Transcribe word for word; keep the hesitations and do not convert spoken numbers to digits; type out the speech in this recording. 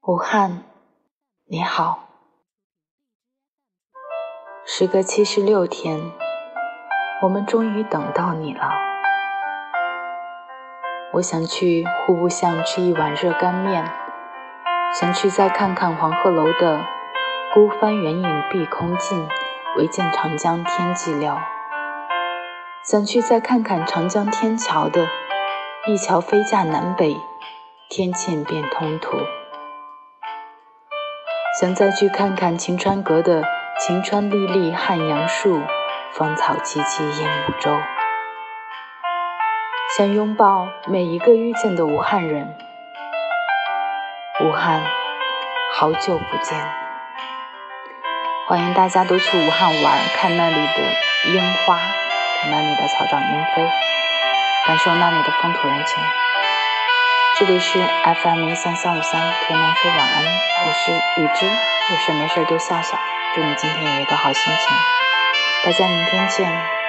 武汉，你好。时隔七十六天，我们终于等到你了。我想去户部巷吃一碗热干面，想去再看看黄鹤楼的孤帆远影碧空尽，唯见长江天际辽。想去再看看长江天桥的一桥飞架南北，天堑变通途。想再去看看晴川阁的晴川历历汉阳树，芳草萋萋鹦鹉洲。想拥抱每一个遇见的武汉人。武汉，好久不见。欢迎大家都去武汉玩，看那里的樱花，看那里的草长莺飞，感受那里的风土人情。这里是 F M 一三三五三，推南说晚安，我是雨之，有事没事就笑笑，祝你今天有一个好心情，大家明天见。